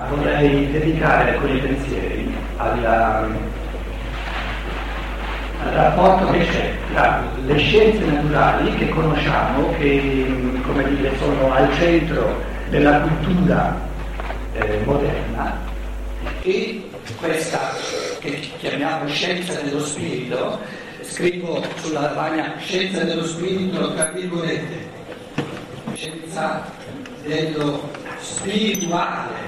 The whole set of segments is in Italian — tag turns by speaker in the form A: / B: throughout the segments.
A: Vorrei dedicare alcuni pensieri al rapporto che c'è tra le scienze naturali che conosciamo, che come dire, sono al centro della cultura moderna, e questa che chiamiamo scienza dello spirito. Scrivo sulla lavagna scienza dello spirito, tra virgolette, scienza dello spirituale,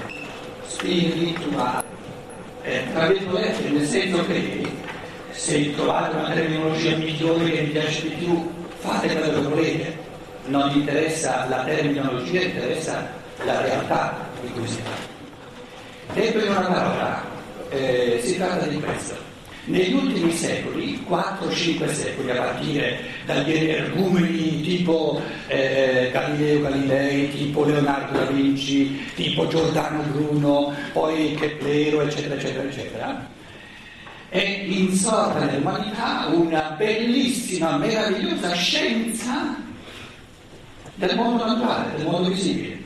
A: tra virgolette, nel senso che se trovate una terminologia migliore che vi piace di più, fate quello che volete, non vi interessa la terminologia, interessa la realtà di cui si parla. Detto in una parola, si tratta di questo. Negli ultimi secoli, 4-5 secoli, a partire dagli energumeni tipo Galileo Galilei, tipo Leonardo da Vinci, tipo Giordano Bruno, poi Keplero, eccetera, eccetera, eccetera, è insorta nell'umanità una bellissima, meravigliosa scienza del mondo naturale, del mondo visibile.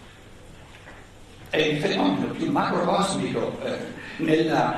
A: È il fenomeno più macrocosmico nella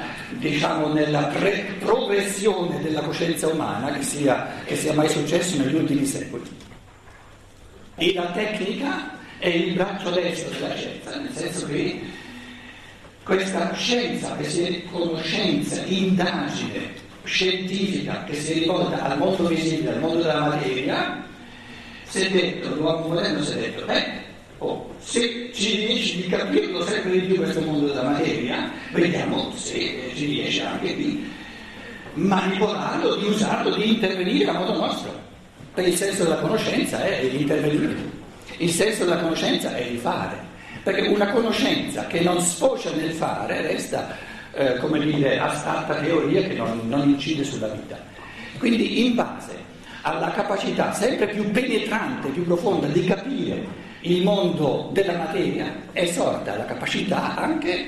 A: progressione della coscienza umana che sia mai successo negli ultimi secoli. E la tecnica è il braccio destro della scienza, nel senso che questa scienza, che sia conoscenza, indagine scientifica, che si rivolta al mondo visibile, al mondo della materia, si è detto, l'uomo moderno si è detto, se ci riesci di capirlo sempre di più questo mondo della materia, vediamo se ci riesce anche di manipolarlo, di usarlo, di intervenire a modo nostro. Perché il senso della conoscenza è di intervenire, il senso della conoscenza è di fare, perché una conoscenza che non sfocia nel fare resta, astratta teoria che non incide sulla vita. Quindi in base alla capacità sempre più penetrante, più profonda di capire il mondo della materia, è sorta la capacità anche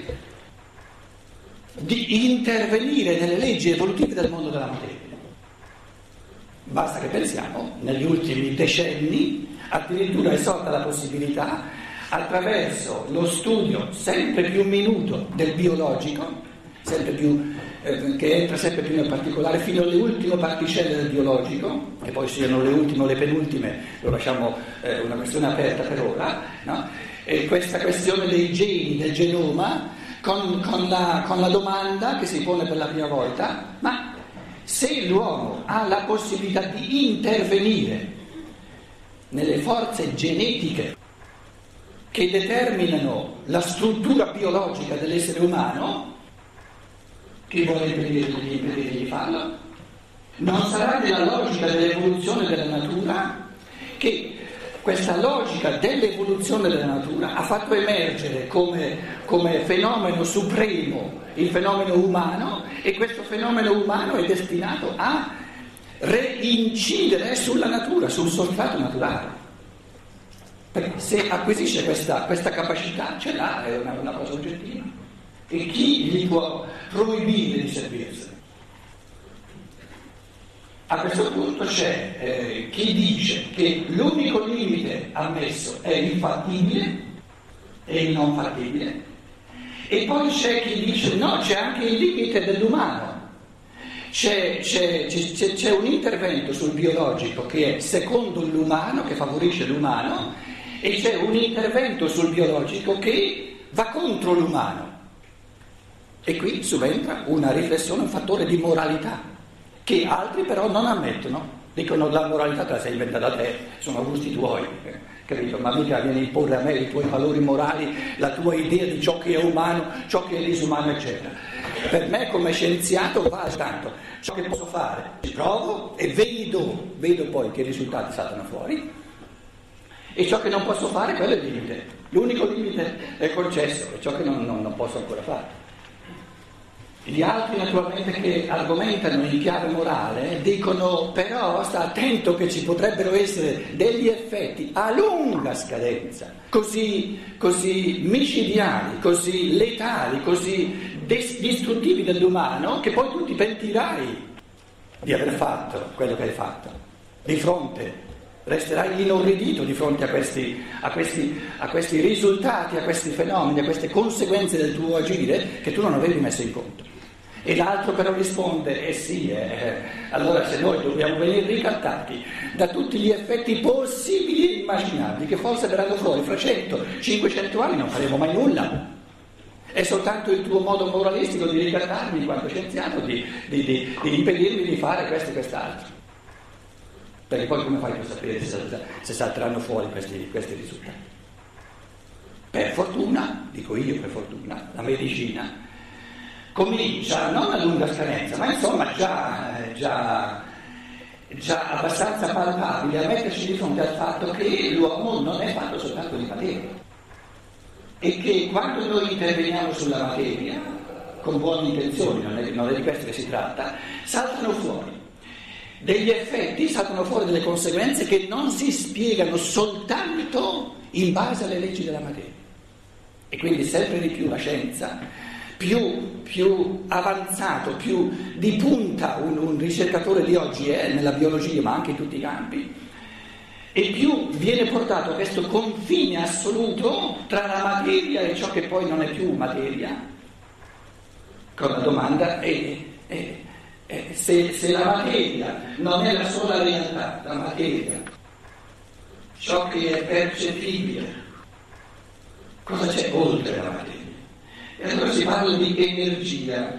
A: di intervenire nelle leggi evolutive del mondo della materia. Basta che pensiamo, negli ultimi decenni addirittura è sorta la possibilità, attraverso lo studio sempre più minuto del biologico, sempre più che entra sempre più nel particolare fino alle ultime particelle del biologico, che poi siano le ultime o le penultime, lo lasciamo una questione aperta per ora, no? E questa questione dei geni, del genoma, con la domanda che si pone per la prima volta: ma se l'uomo ha la possibilità di intervenire nelle forze genetiche che determinano la struttura biologica dell'essere umano, chi vuole impedirgli di farlo? Non sarà nella logica dell'evoluzione della natura che questa logica dell'evoluzione della natura ha fatto emergere come fenomeno supremo il fenomeno umano, e questo fenomeno umano è destinato a reincidere sulla natura, sul sostrato naturale. Perché se acquisisce questa capacità, ce l'ha, è una cosa oggettiva. E chi gli può proibire di servirsene? A questo punto c'è chi dice che l'unico limite ammesso è il fattibile e il non fattibile, e poi c'è chi dice no, c'è anche il limite dell'umano. C'è un intervento sul biologico che è secondo l'umano, che favorisce l'umano, e c'è un intervento sul biologico che va contro l'umano. E qui subentra una riflessione, un fattore di moralità, che altri però non ammettono. Dicono: la moralità te la sei inventata da te, sono gusti tuoi, capito? Ma mica vieni a imporre a me i tuoi valori morali, la tua idea di ciò che è umano, ciò che è disumano, eccetera. Per me come scienziato vale tanto ciò che posso fare, ci provo e vedo poi che risultati saltano fuori, e ciò che non posso fare, quello è il limite. L'unico limite è concesso, è ciò che non posso ancora fare. Gli altri naturalmente che argomentano in chiave morale dicono: però sta attento che ci potrebbero essere degli effetti a lunga scadenza, così micidiali, così letali, così distruttivi dell'umano, che poi tu ti pentirai di aver fatto quello che hai fatto di fronte resterai inorridito di fronte a questi risultati, a questi fenomeni, a queste conseguenze del tuo agire che tu non avevi messo in conto. E l'altro però risponde, sì, allora se noi dobbiamo venire ricattati da tutti gli effetti possibili e immaginabili, che forse verranno fuori fra 100, 500 anni, non faremo mai nulla. È soltanto il tuo modo moralistico di ricattarmi in quanto scienziato, di impedirmi di fare questo e quest'altro. Perché poi come fai a sapere se salteranno fuori questi risultati? Per fortuna, dico io per fortuna, la medicina comincia non a lunga scadenza, ma insomma già abbastanza palpabile a metterci di fronte al fatto che l'uomo non è fatto soltanto di materia e che quando noi interveniamo sulla materia con buone intenzioni, non è di questo che si tratta, saltano fuori degli effetti, saltano fuori delle conseguenze che non si spiegano soltanto in base alle leggi della materia. E quindi sempre di più la scienza, più avanzato, più di punta un ricercatore di oggi è nella biologia ma anche in tutti i campi, e più viene portato a questo confine assoluto tra la materia e ciò che poi non è più materia, con la domanda se la materia non è la sola realtà, la materia, ciò che è percepibile, cosa c'è oltre la materia? E allora si parla di energia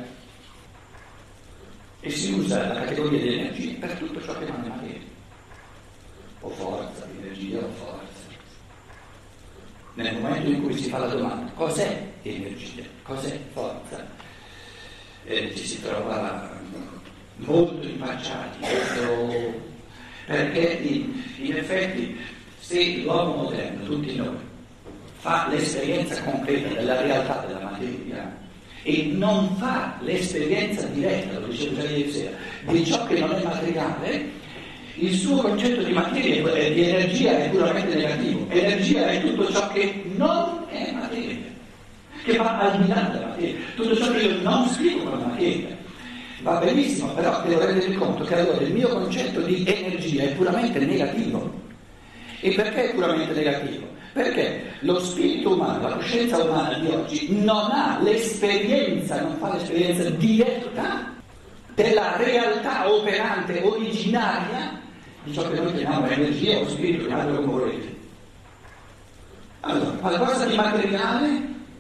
A: e si usa la categoria di energia per tutto ciò che non è materia, o forza, energia o forza. Nel momento in cui si fa la domanda cos'è energia, cos'è forza, ci si trova molto impacciati, perché in effetti se l'uomo moderno, tutti noi, fa l'esperienza concreta della realtà della materia e non fa l'esperienza diretta, lo dicevo già ieri sera, di ciò che non è materiale, il suo concetto di materia e di energia è puramente negativo. Energia è tutto ciò che non è materia, che va al di là della materia, tutto ciò che io non spiego con la materia. Va benissimo, però devo rendere conto che allora il mio concetto di energia è puramente negativo. E perché è puramente negativo? Perché lo spirito umano, la coscienza umana di oggi non ha l'esperienza, non fa l'esperienza diretta della realtà operante originaria di ciò che noi chiamiamo energia o spirito, chiamatelo come volete. Allora, qualcosa di materiale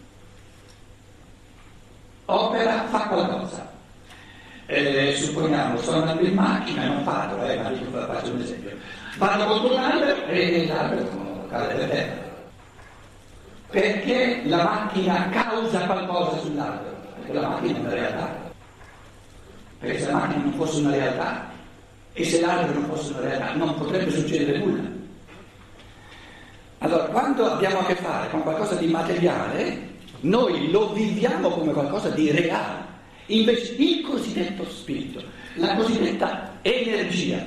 A: opera, fa qualcosa. Supponiamo, sono andato in macchina e non fatto, ma faccio un esempio. Vado contro un albero e l'albero cade per terra. Perché la macchina causa qualcosa sull'albero? Perché la macchina è una realtà. Perché se la macchina non fosse una realtà e se l'albero non fosse una realtà non potrebbe succedere nulla. Allora, quando abbiamo a che fare con qualcosa di materiale, noi lo viviamo come qualcosa di reale. Invece il cosiddetto spirito, la cosiddetta energia,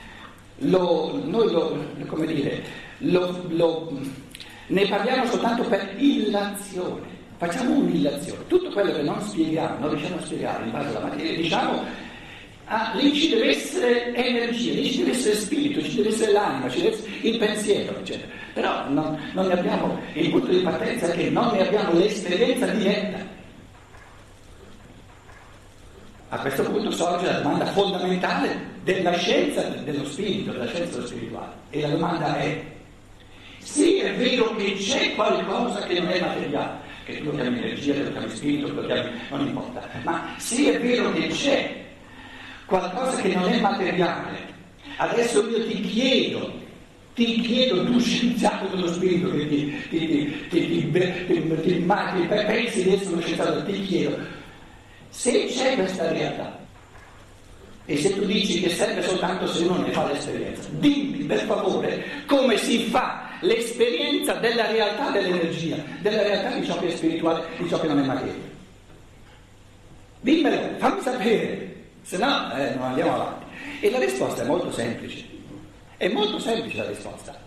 A: ne parliamo soltanto per illazione, facciamo un'illazione, tutto quello che non spieghiamo, non riusciamo a spiegare in base alla materia, diciamo, lì ci deve essere energia, lì ci deve essere spirito, ci deve essere l'anima, ci deve essere il pensiero, eccetera. Però non ne abbiamo, il punto di partenza è che non ne abbiamo l'esperienza diretta. A questo punto sorge la domanda fondamentale della scienza dello spirito, della scienza dello spirituale. E la domanda è: sì, è vero che c'è qualcosa che non è materiale, che tu lo chiami energia, che lo chiami spirito, che lo chiami, non importa, ma sì, è vero che c'è qualcosa che non è materiale. Adesso io ti chiedo, tu scienziato dello spirito, che ti pensi di essere uno scienziato, ti chiedo, se c'è questa realtà, e se tu dici che serve soltanto se uno ne fa l'esperienza, dimmi per favore come si fa l'esperienza della realtà dell'energia, della realtà di ciò che è spirituale, di ciò che non è materia. Dimmelo, fammi sapere, se no non andiamo avanti. E la risposta è molto semplice, la risposta.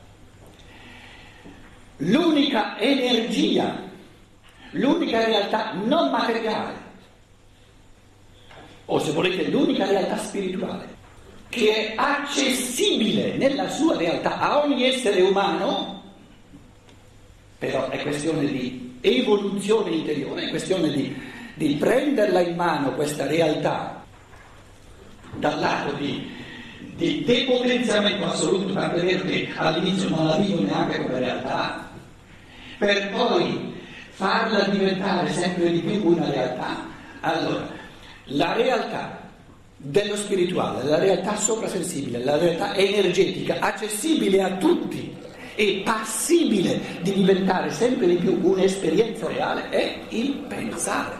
A: L'unica energia, l'unica realtà non materiale, o se volete l'unica realtà spirituale che è accessibile nella sua realtà a ogni essere umano, però è questione di evoluzione interiore, è questione di prenderla in mano questa realtà dal lato di depotenziamento assoluto, tanto è vero che all'inizio non la vivo neanche come realtà, per poi farla diventare sempre di più una realtà. Allora, la realtà dello spirituale, la realtà soprasensibile, la realtà energetica, accessibile a tutti e passibile di diventare sempre di più un'esperienza reale, è il pensare.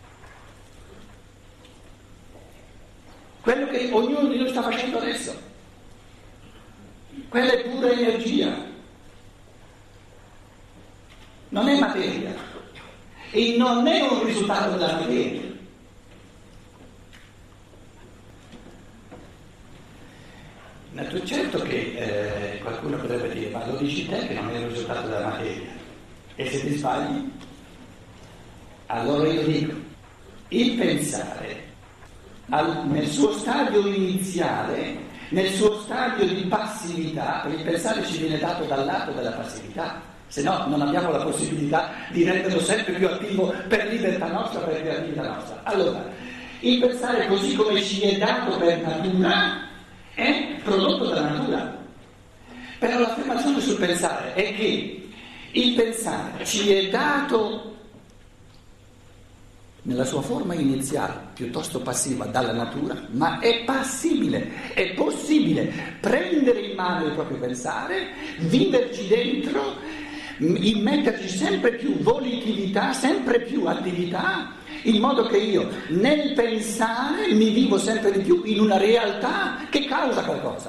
A: Quello che ognuno di noi sta facendo adesso. Quella è pura energia. Non è materia. E non è un risultato della materia. Certo che qualcuno potrebbe dire, ma lo dici te che non è il risultato della materia. E se ti sbagli? Allora io dico, il pensare nel suo stadio iniziale, nel suo stadio di passività, perché il pensare ci viene dato dal lato della passività, se no non abbiamo la possibilità di renderlo sempre più attivo per libertà nostra, per creatività nostra. Allora, il pensare così come ci è dato per natura è prodotto dalla natura. Però l'affermazione sul pensare è che il pensare ci è dato nella sua forma iniziale, piuttosto passiva, dalla natura, ma è passibile, è possibile prendere in mano il proprio pensare, viverci dentro, immetterci sempre più volatilità, sempre più attività, in modo che io nel pensare mi vivo sempre di più in una realtà che causa qualcosa.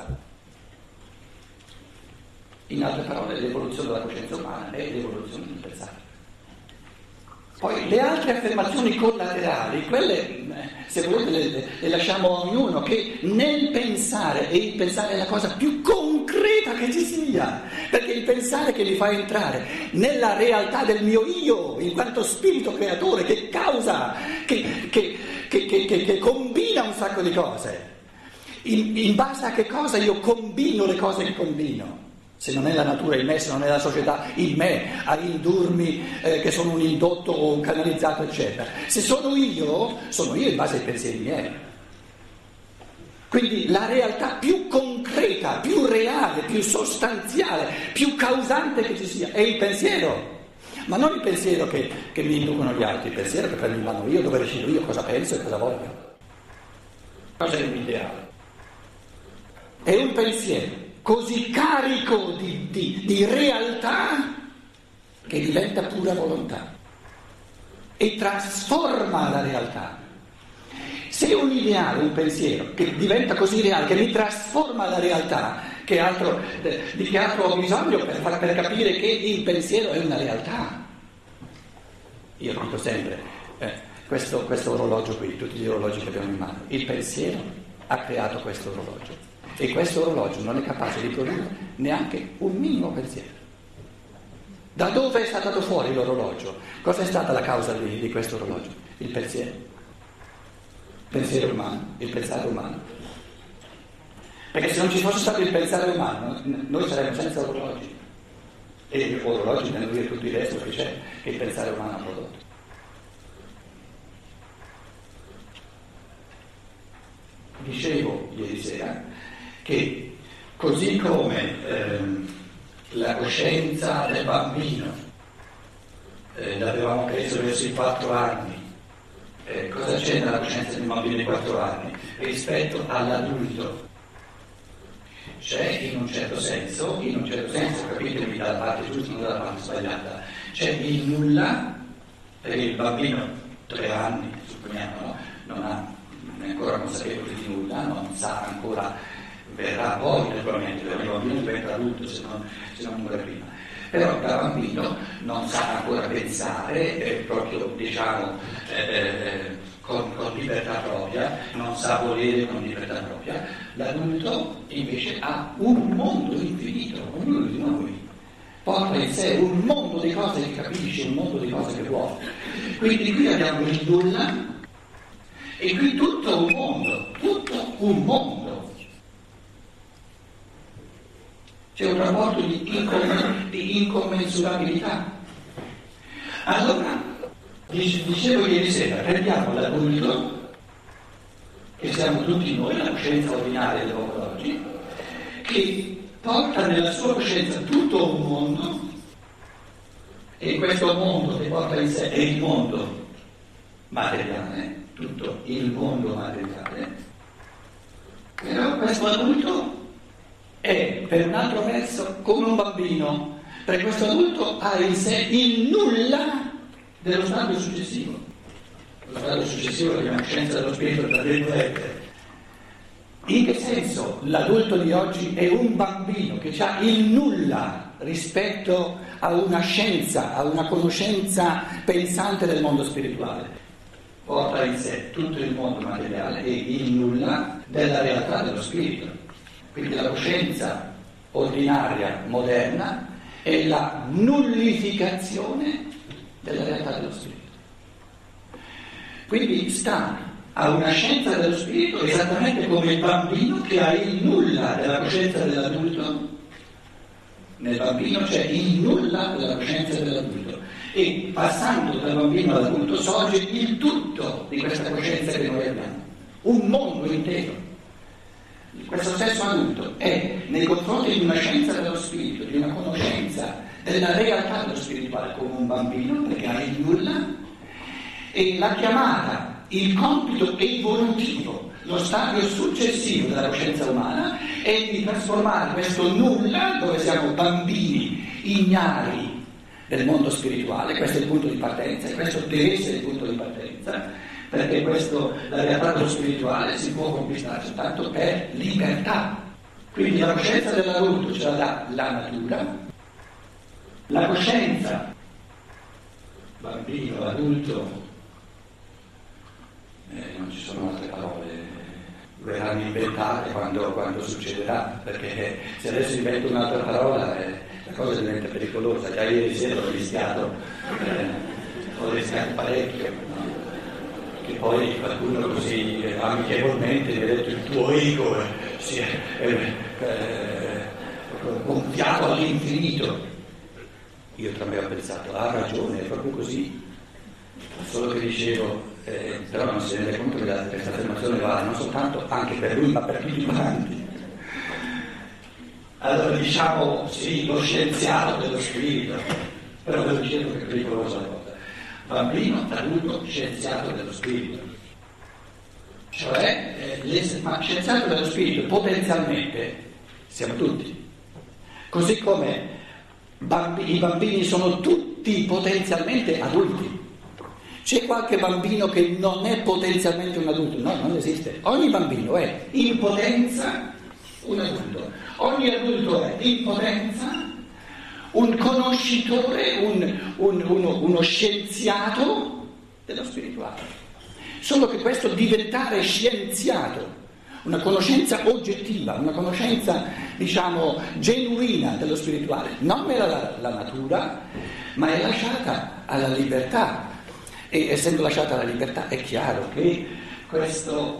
A: In altre parole, l'evoluzione della coscienza umana è l'evoluzione del pensare. Poi le altre affermazioni collaterali, quelle se volete le lasciamo a ognuno, che nel pensare, e il pensare è la cosa più concreta che ci sia, perché il pensare che mi fa entrare nella realtà del mio io, in quanto spirito creatore, che causa, che combina un sacco di cose. In base a che cosa io combino le cose che combino? Se non è la natura in me, se non è la società in me a indurmi che sono un indotto o un canalizzato, eccetera. Se sono io in base ai pensieri miei. Quindi la realtà più concreta, più reale, più sostanziale, più causante che ci sia è il pensiero. Ma non il pensiero che mi inducono gli altri, il pensiero che prendo in mano io, dove decido io cosa penso e cosa voglio. Cosa è l'ideale? È un pensiero così carico di realtà che diventa pura volontà e trasforma la realtà. Se un ideale, un pensiero che diventa così reale, che mi trasforma la realtà, di che altro ho bisogno per capire che il pensiero è una realtà? Io dico sempre, questo orologio qui, tutti gli orologi che abbiamo in mano, il pensiero ha creato questo orologio. E questo orologio non è capace di produrre neanche un minimo pensiero. Da dove è stato fuori l'orologio? Cosa è stata la causa di questo orologio? Il pensiero. Il pensiero umano, il pensare umano. Perché se non ci fosse stato il pensare umano, noi saremmo senza orologi. E orologi nel dire tutto il resto che c'è, che il pensare umano ha prodotto. Dicevo ieri sera che così come la coscienza del bambino l'avevamo preso verso i 4 anni, cosa c'è nella coscienza di un bambino di 4 anni rispetto all'adulto? C'è in un certo senso, capitemi dalla parte giusta, non dalla parte sbagliata, c'è il nulla, perché il bambino 3 anni, supponiamo, non è ancora consapevole di nulla, non sa ancora. Verrà poi naturalmente, perché il bambino diventa adulto se non muore prima. Però da bambino non sa ancora pensare, proprio con libertà propria, non sa volere con libertà propria. L'adulto invece ha un mondo infinito, ognuno di noi porta in sé un mondo di cose che capisce, un mondo di cose che vuole. Quindi qui abbiamo il nulla e qui tutto un mondo. c'è un rapporto di incommensurabilità. Allora, dicevo ieri sera, prendiamo l'adulto, che siamo tutti noi, la coscienza ordinaria dell'uomo d'oggi, che porta nella sua coscienza tutto un mondo, e questo mondo che porta in sé è il mondo materiale, tutto il mondo materiale, però questo adulto è, per un altro verso, come un bambino, perché questo adulto ha in sé il nulla dello stadio successivo. Lo stadio successivo è la coscienza dello spirito, tra virgolette. In che senso l'adulto di oggi è un bambino che ha il nulla rispetto a una scienza, a una conoscenza pensante del mondo spirituale? Porta in sé tutto il mondo materiale e il nulla della realtà dello spirito. Quindi la coscienza ordinaria moderna è la nullificazione della realtà dello spirito. Quindi sta a una scienza dello spirito esattamente come il bambino che ha il nulla della coscienza dell'adulto. Nel bambino c'è il nulla della coscienza dell'adulto e passando dal bambino all'adulto sorge il tutto di questa coscienza che noi abbiamo, un mondo intero. Questo stesso adulto è nei confronti di una scienza dello spirito, di una conoscenza della realtà dello spirituale come un bambino perché ha il nulla, e la chiamata, il compito evolutivo, lo stadio successivo della coscienza umana è di trasformare questo nulla, dove siamo bambini ignari del mondo spirituale, questo è il punto di partenza e questo deve essere il punto di partenza, perché la realtà dello spirituale si può conquistare soltanto per libertà. Quindi la coscienza dell'adulto ce la dà la natura, la coscienza bambino, adulto, non ci sono altre parole, verranno inventate quando succederà, perché se adesso invento un'altra parola la cosa diventa pericolosa. Già ieri sera ho rischiato parecchio, no? Che poi qualcuno così amichevolmente mi ha detto il tuo ego si è gonfiato all'infinito. Io tra me ho pensato, ha ragione, è proprio così, solo che dicevo però non si rende conto che questa affermazione vale non soltanto anche per lui ma per tutti quanti. Allora diciamo sì, lo scienziato dello spirito, però ve lo dicevo che è pericolosa la cosa. Bambino, adulto, scienziato dello spirito. Cioè, ma scienziato dello spirito potenzialmente siamo tutti. Così come i bambini sono tutti potenzialmente adulti. C'è qualche bambino che non è potenzialmente un adulto? No, non esiste. Ogni bambino è in potenza un adulto. Ogni adulto è in potenza un conoscitore, uno scienziato dello spirituale. Solo che questo diventare scienziato, una conoscenza oggettiva, una conoscenza, diciamo, genuina dello spirituale, non è la natura, ma è lasciata alla libertà. E essendo lasciata alla libertà è chiaro che questo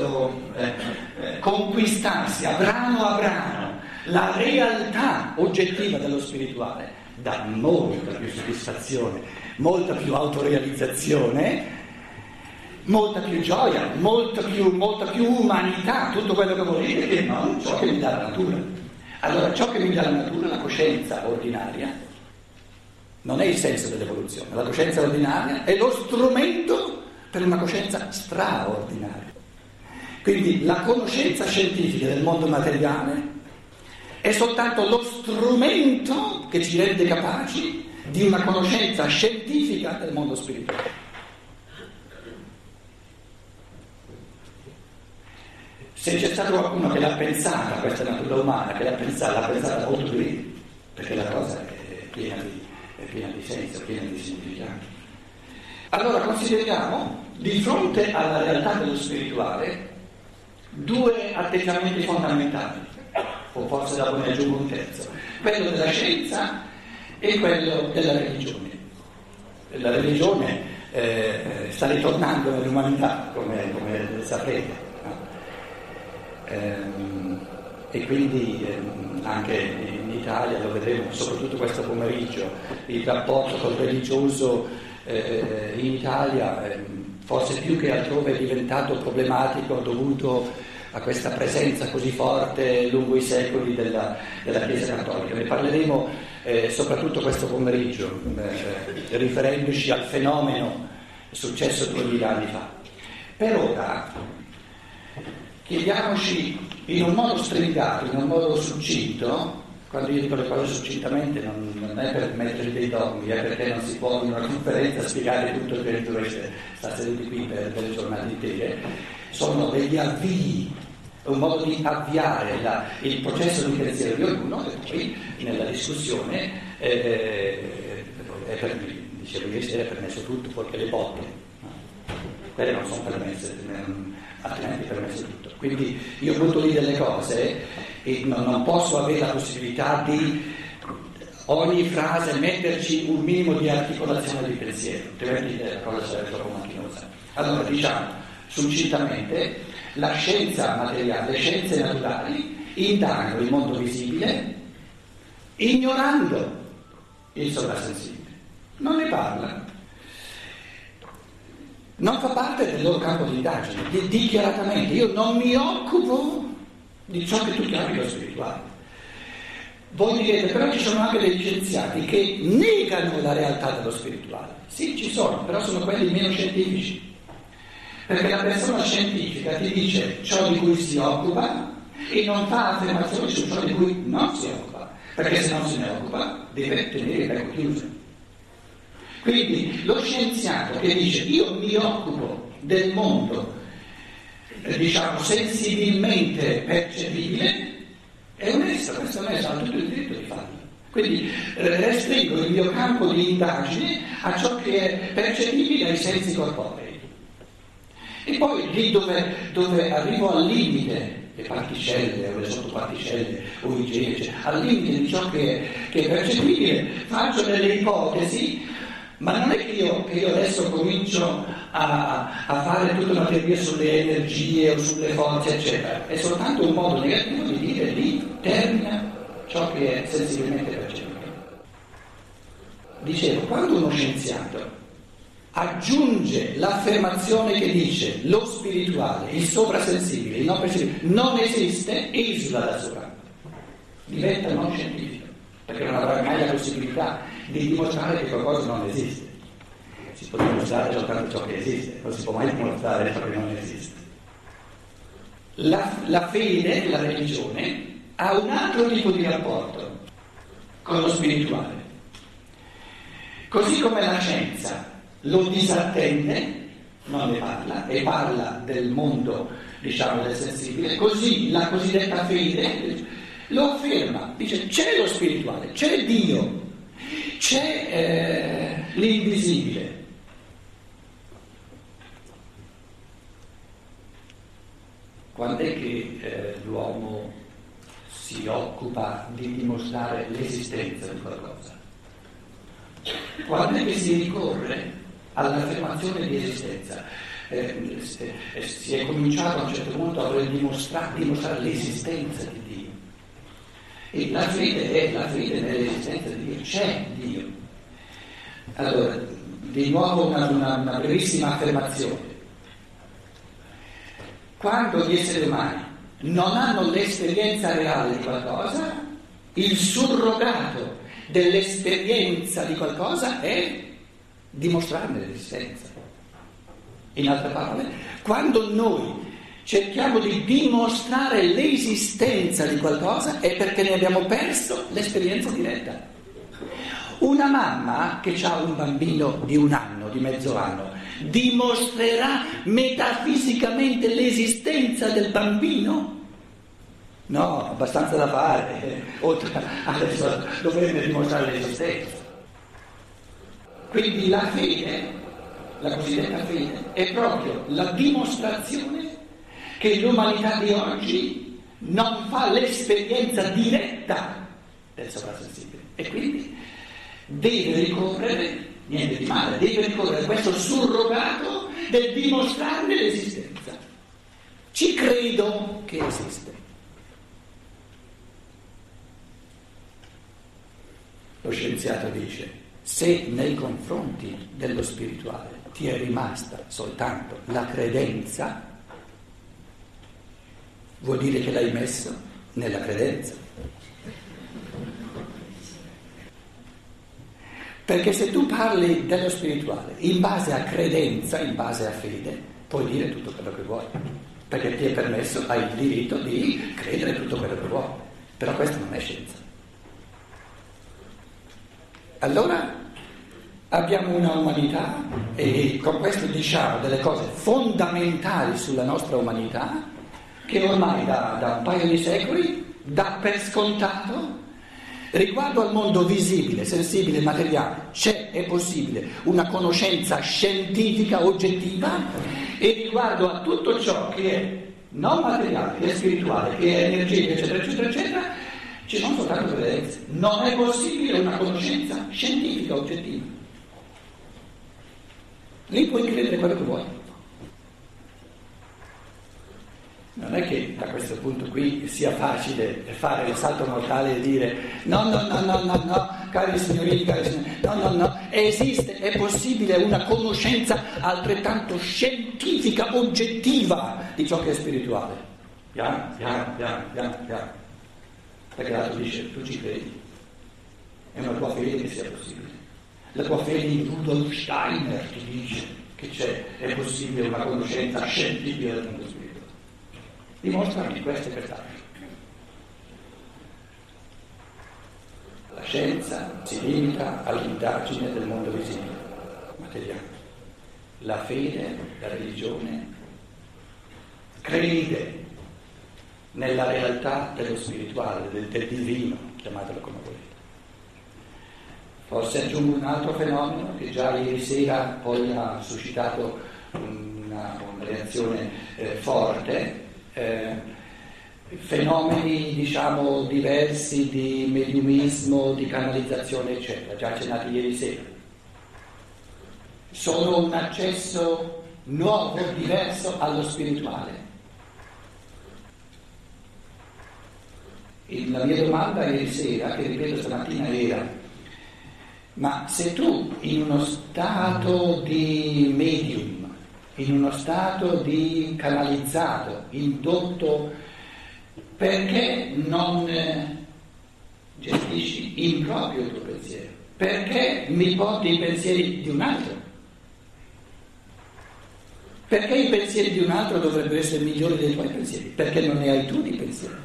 A: conquistarsi a brano la realtà oggettiva dello spirituale dà molta più soddisfazione, molta più autorealizzazione, molta più gioia, molta più umanità, tutto quello che volete, che non ciò che mi dà la natura. Allora ciò che mi dà la natura, la coscienza ordinaria, non è il senso dell'evoluzione, la coscienza ordinaria è lo strumento per una coscienza straordinaria. Quindi la conoscenza scientifica del mondo materiale è soltanto lo strumento che ci rende capaci di una conoscenza scientifica del mondo spirituale. Se c'è stato qualcuno che l'ha pensata, questa natura umana, che l'ha pensata molto bene, perché la cosa è piena di senso, piena di significato. Allora consideriamo di fronte alla realtà dello spirituale due atteggiamenti fondamentali, o forse dopo ne aggiungo un terzo, quello della scienza e quello della religione. La religione sta ritornando nell'umanità, come saprete, no? E quindi anche Italia, lo vedremo soprattutto questo pomeriggio, il rapporto col religioso in Italia, forse più che altrove, è diventato problematico dovuto a questa presenza così forte lungo i secoli della Chiesa Cattolica. Ne parleremo soprattutto questo pomeriggio, riferendoci al fenomeno successo 2000 anni fa. Per ora chiediamoci in un modo stringato, in un modo succinto. Quando io dico le cose succintamente non è per mettere dei dogmi, è perché non si può in una conferenza spiegare tutto il che dovreste stare seduti qui per delle giornate intere. Sono degli avvii, un modo di avviare il processo di pensiero di ognuno, e poi nella discussione dicevo ieri sera, è permesso tutto, fuorché le botte. Quelle non sono permesse, altrimenti è permesso tutto. Quindi io butto lì delle cose e non posso avere la possibilità di ogni frase metterci un minimo di articolazione di pensiero, altrimenti la cosa sarebbe troppo macchinosa. Allora diciamo succintamente, la scienza materiale, le scienze naturali indagano il mondo visibile ignorando il sovrasensibile, non ne parla. Non fa parte del loro campo di indagine, dichiaratamente. Io non mi occupo di ciò che tu chiami lo spirituale. Voi direte, però ci sono anche degli scienziati che negano la realtà dello spirituale. Sì, ci sono, però sono quelli meno scientifici. Perché la persona scientifica ti dice ciò di cui si occupa e non fa affermazioni su ciò di cui non si occupa. Perché se non se ne occupa deve tenere il becco chiuso. Quindi lo scienziato che dice io mi occupo del mondo, diciamo sensibilmente percepibile, è onesto, questo è onesto, ha tutto il diritto di farlo. Quindi restringo il mio campo di indagine a ciò che è percepibile ai sensi corporei. E poi lì dove arrivo al limite, le particelle o le sottoparticelle o i geni, al limite di ciò che è percepibile, faccio delle ipotesi. Ma non è che io adesso comincio a fare tutta una teoria sulle energie o sulle forze, eccetera. È soltanto un modo negativo di dire lì termina ciò che è sensibilmente percepibile. Dicevo, quando uno scienziato aggiunge l'affermazione che dice lo spirituale, il sovrasensibile, il non percepibile, non esiste, esula dal suo campo. Diventa non scientifico, perché non avrà mai la possibilità di dimostrare che qualcosa non esiste. Si può dimostrare soltanto ciò che esiste, non si può mai dimostrare ciò che non esiste. La fede, la religione, ha un altro tipo di rapporto con lo spirituale. Così come la scienza lo disattende, non ne parla, e parla del mondo, diciamo, del sensibile, così la cosiddetta fede lo afferma, dice c'è lo spirituale, c'è Dio, c'è l'invisibile. Quando è che l'uomo si occupa di dimostrare l'esistenza di qualcosa? Quando è che si ricorre all'affermazione di esistenza? Si è cominciato a un certo punto a voler dimostrare l'esistenza di Dio. E la fede è la fede nell'esistenza di Dio, c'è Dio. Allora, di nuovo una brevissima affermazione. Quando gli esseri umani non hanno l'esperienza reale di qualcosa, il surrogato dell'esperienza di qualcosa è dimostrarne l'esistenza. In altre parole, quando noi cerchiamo di dimostrare l'esistenza di qualcosa è perché ne abbiamo perso l'esperienza diretta. Una mamma che ha un bambino di 1 anno, di mezzo anno, dimostrerà metafisicamente l'esistenza del bambino? No, abbastanza da fare, oltre adesso dovrebbe dimostrare l'esistenza. Quindi la fede, la cosiddetta fede, è proprio la dimostrazione che l'umanità di oggi non fa l'esperienza diretta del sovrasensibile e quindi deve ricorrere, niente di male, deve ricorrere a questo surrogato del dimostrarne l'esistenza. Ci credo che esiste. Lo scienziato dice, se nei confronti dello spirituale ti è rimasta soltanto la credenza, vuol dire che l'hai messo nella credenza. Perché se tu parli dello spirituale in base a credenza, in base a fede, puoi dire tutto quello che vuoi, perché ti è permesso, hai il diritto di credere tutto quello che vuoi, però questo non è scienza. Allora abbiamo una umanità e con questo diciamo delle cose fondamentali sulla nostra umanità che ormai da un paio di secoli dà per scontato. Riguardo al mondo visibile, sensibile, materiale, è possibile una conoscenza scientifica oggettiva, e riguardo a tutto ciò che è non materiale, che è spirituale, che è energia, eccetera, eccetera, eccetera, ci sono soltanto credenze. Non è possibile una conoscenza scientifica oggettiva. Lì puoi credere quello che vuoi. Non è che da questo punto qui sia facile fare il salto mortale e dire no, cari signorini, no, esiste, è possibile una conoscenza altrettanto scientifica, oggettiva di ciò che è spirituale. Piano. Perché l'altro dice, tu ci credi, è una tua fede che sia possibile. La tua fede in Rudolf Steiner ti dice che è possibile una conoscenza scientifica del mondo spirituale. Dimostrami questo e quest'altro. La scienza si limita all'indagine del mondo visibile, materiale. La fede, la religione, crede nella realtà dello spirituale, del divino, chiamatelo come volete. Forse aggiungo un altro fenomeno che già ieri sera poi ha suscitato una reazione forte. Fenomeni diciamo diversi di mediumismo, di canalizzazione eccetera, già accennati ieri sera, sono un accesso nuovo, diverso allo spirituale. La mia domanda ieri sera, che ripeto stamattina, era: ma se tu in uno stato di medium, in uno stato di canalizzato, indotto, perché non gestisci in proprio il tuo pensiero? Perché mi porti i pensieri di un altro? Perché i pensieri di un altro dovrebbero essere migliori dei tuoi pensieri? Perché non ne hai tu di pensieri?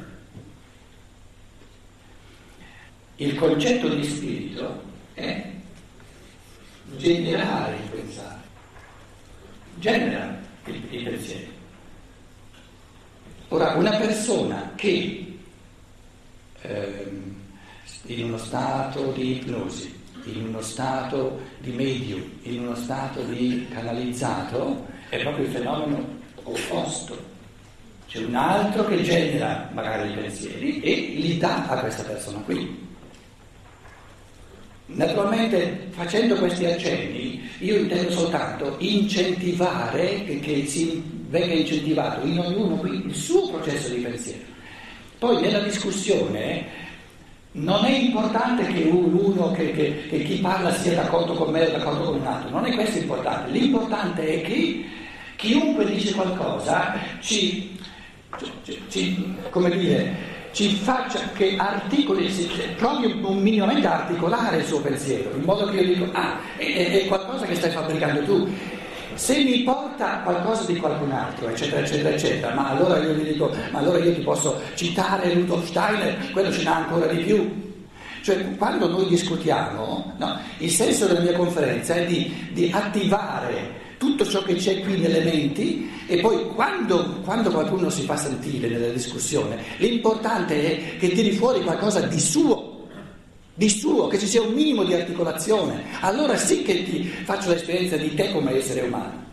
A: Il concetto di spirito è generare il pensare. Genera i pensieri. Ora, una persona che in uno stato di ipnosi, in uno stato di medium, in uno stato di canalizzato, è proprio il fenomeno opposto. C'è un altro che genera magari i pensieri e li dà a questa persona qui. Naturalmente, facendo questi accenni, io intendo soltanto incentivare, che venga incentivato in ognuno qui il suo processo di pensiero. Poi nella discussione non è importante che uno, che chi parla sia d'accordo con me o d'accordo con un altro, non è questo importante. L'importante è che chiunque dice qualcosa ci faccia, che articoli, provi minimamente a articolare il suo pensiero, in modo che io dico, è qualcosa che stai fabbricando tu. Se mi porta qualcosa di qualcun altro, eccetera, eccetera, eccetera, ma allora io gli dico, ma allora io ti posso citare Rudolf Steiner, quello ce n'ha ancora di più. Cioè, quando noi discutiamo, no, il senso della mia conferenza è di attivare tutto ciò che c'è qui nelle menti, e poi quando qualcuno si fa sentire nella discussione, l'importante è che tiri fuori qualcosa di suo, che ci sia un minimo di articolazione. Allora sì che ti faccio l'esperienza di te come essere umano.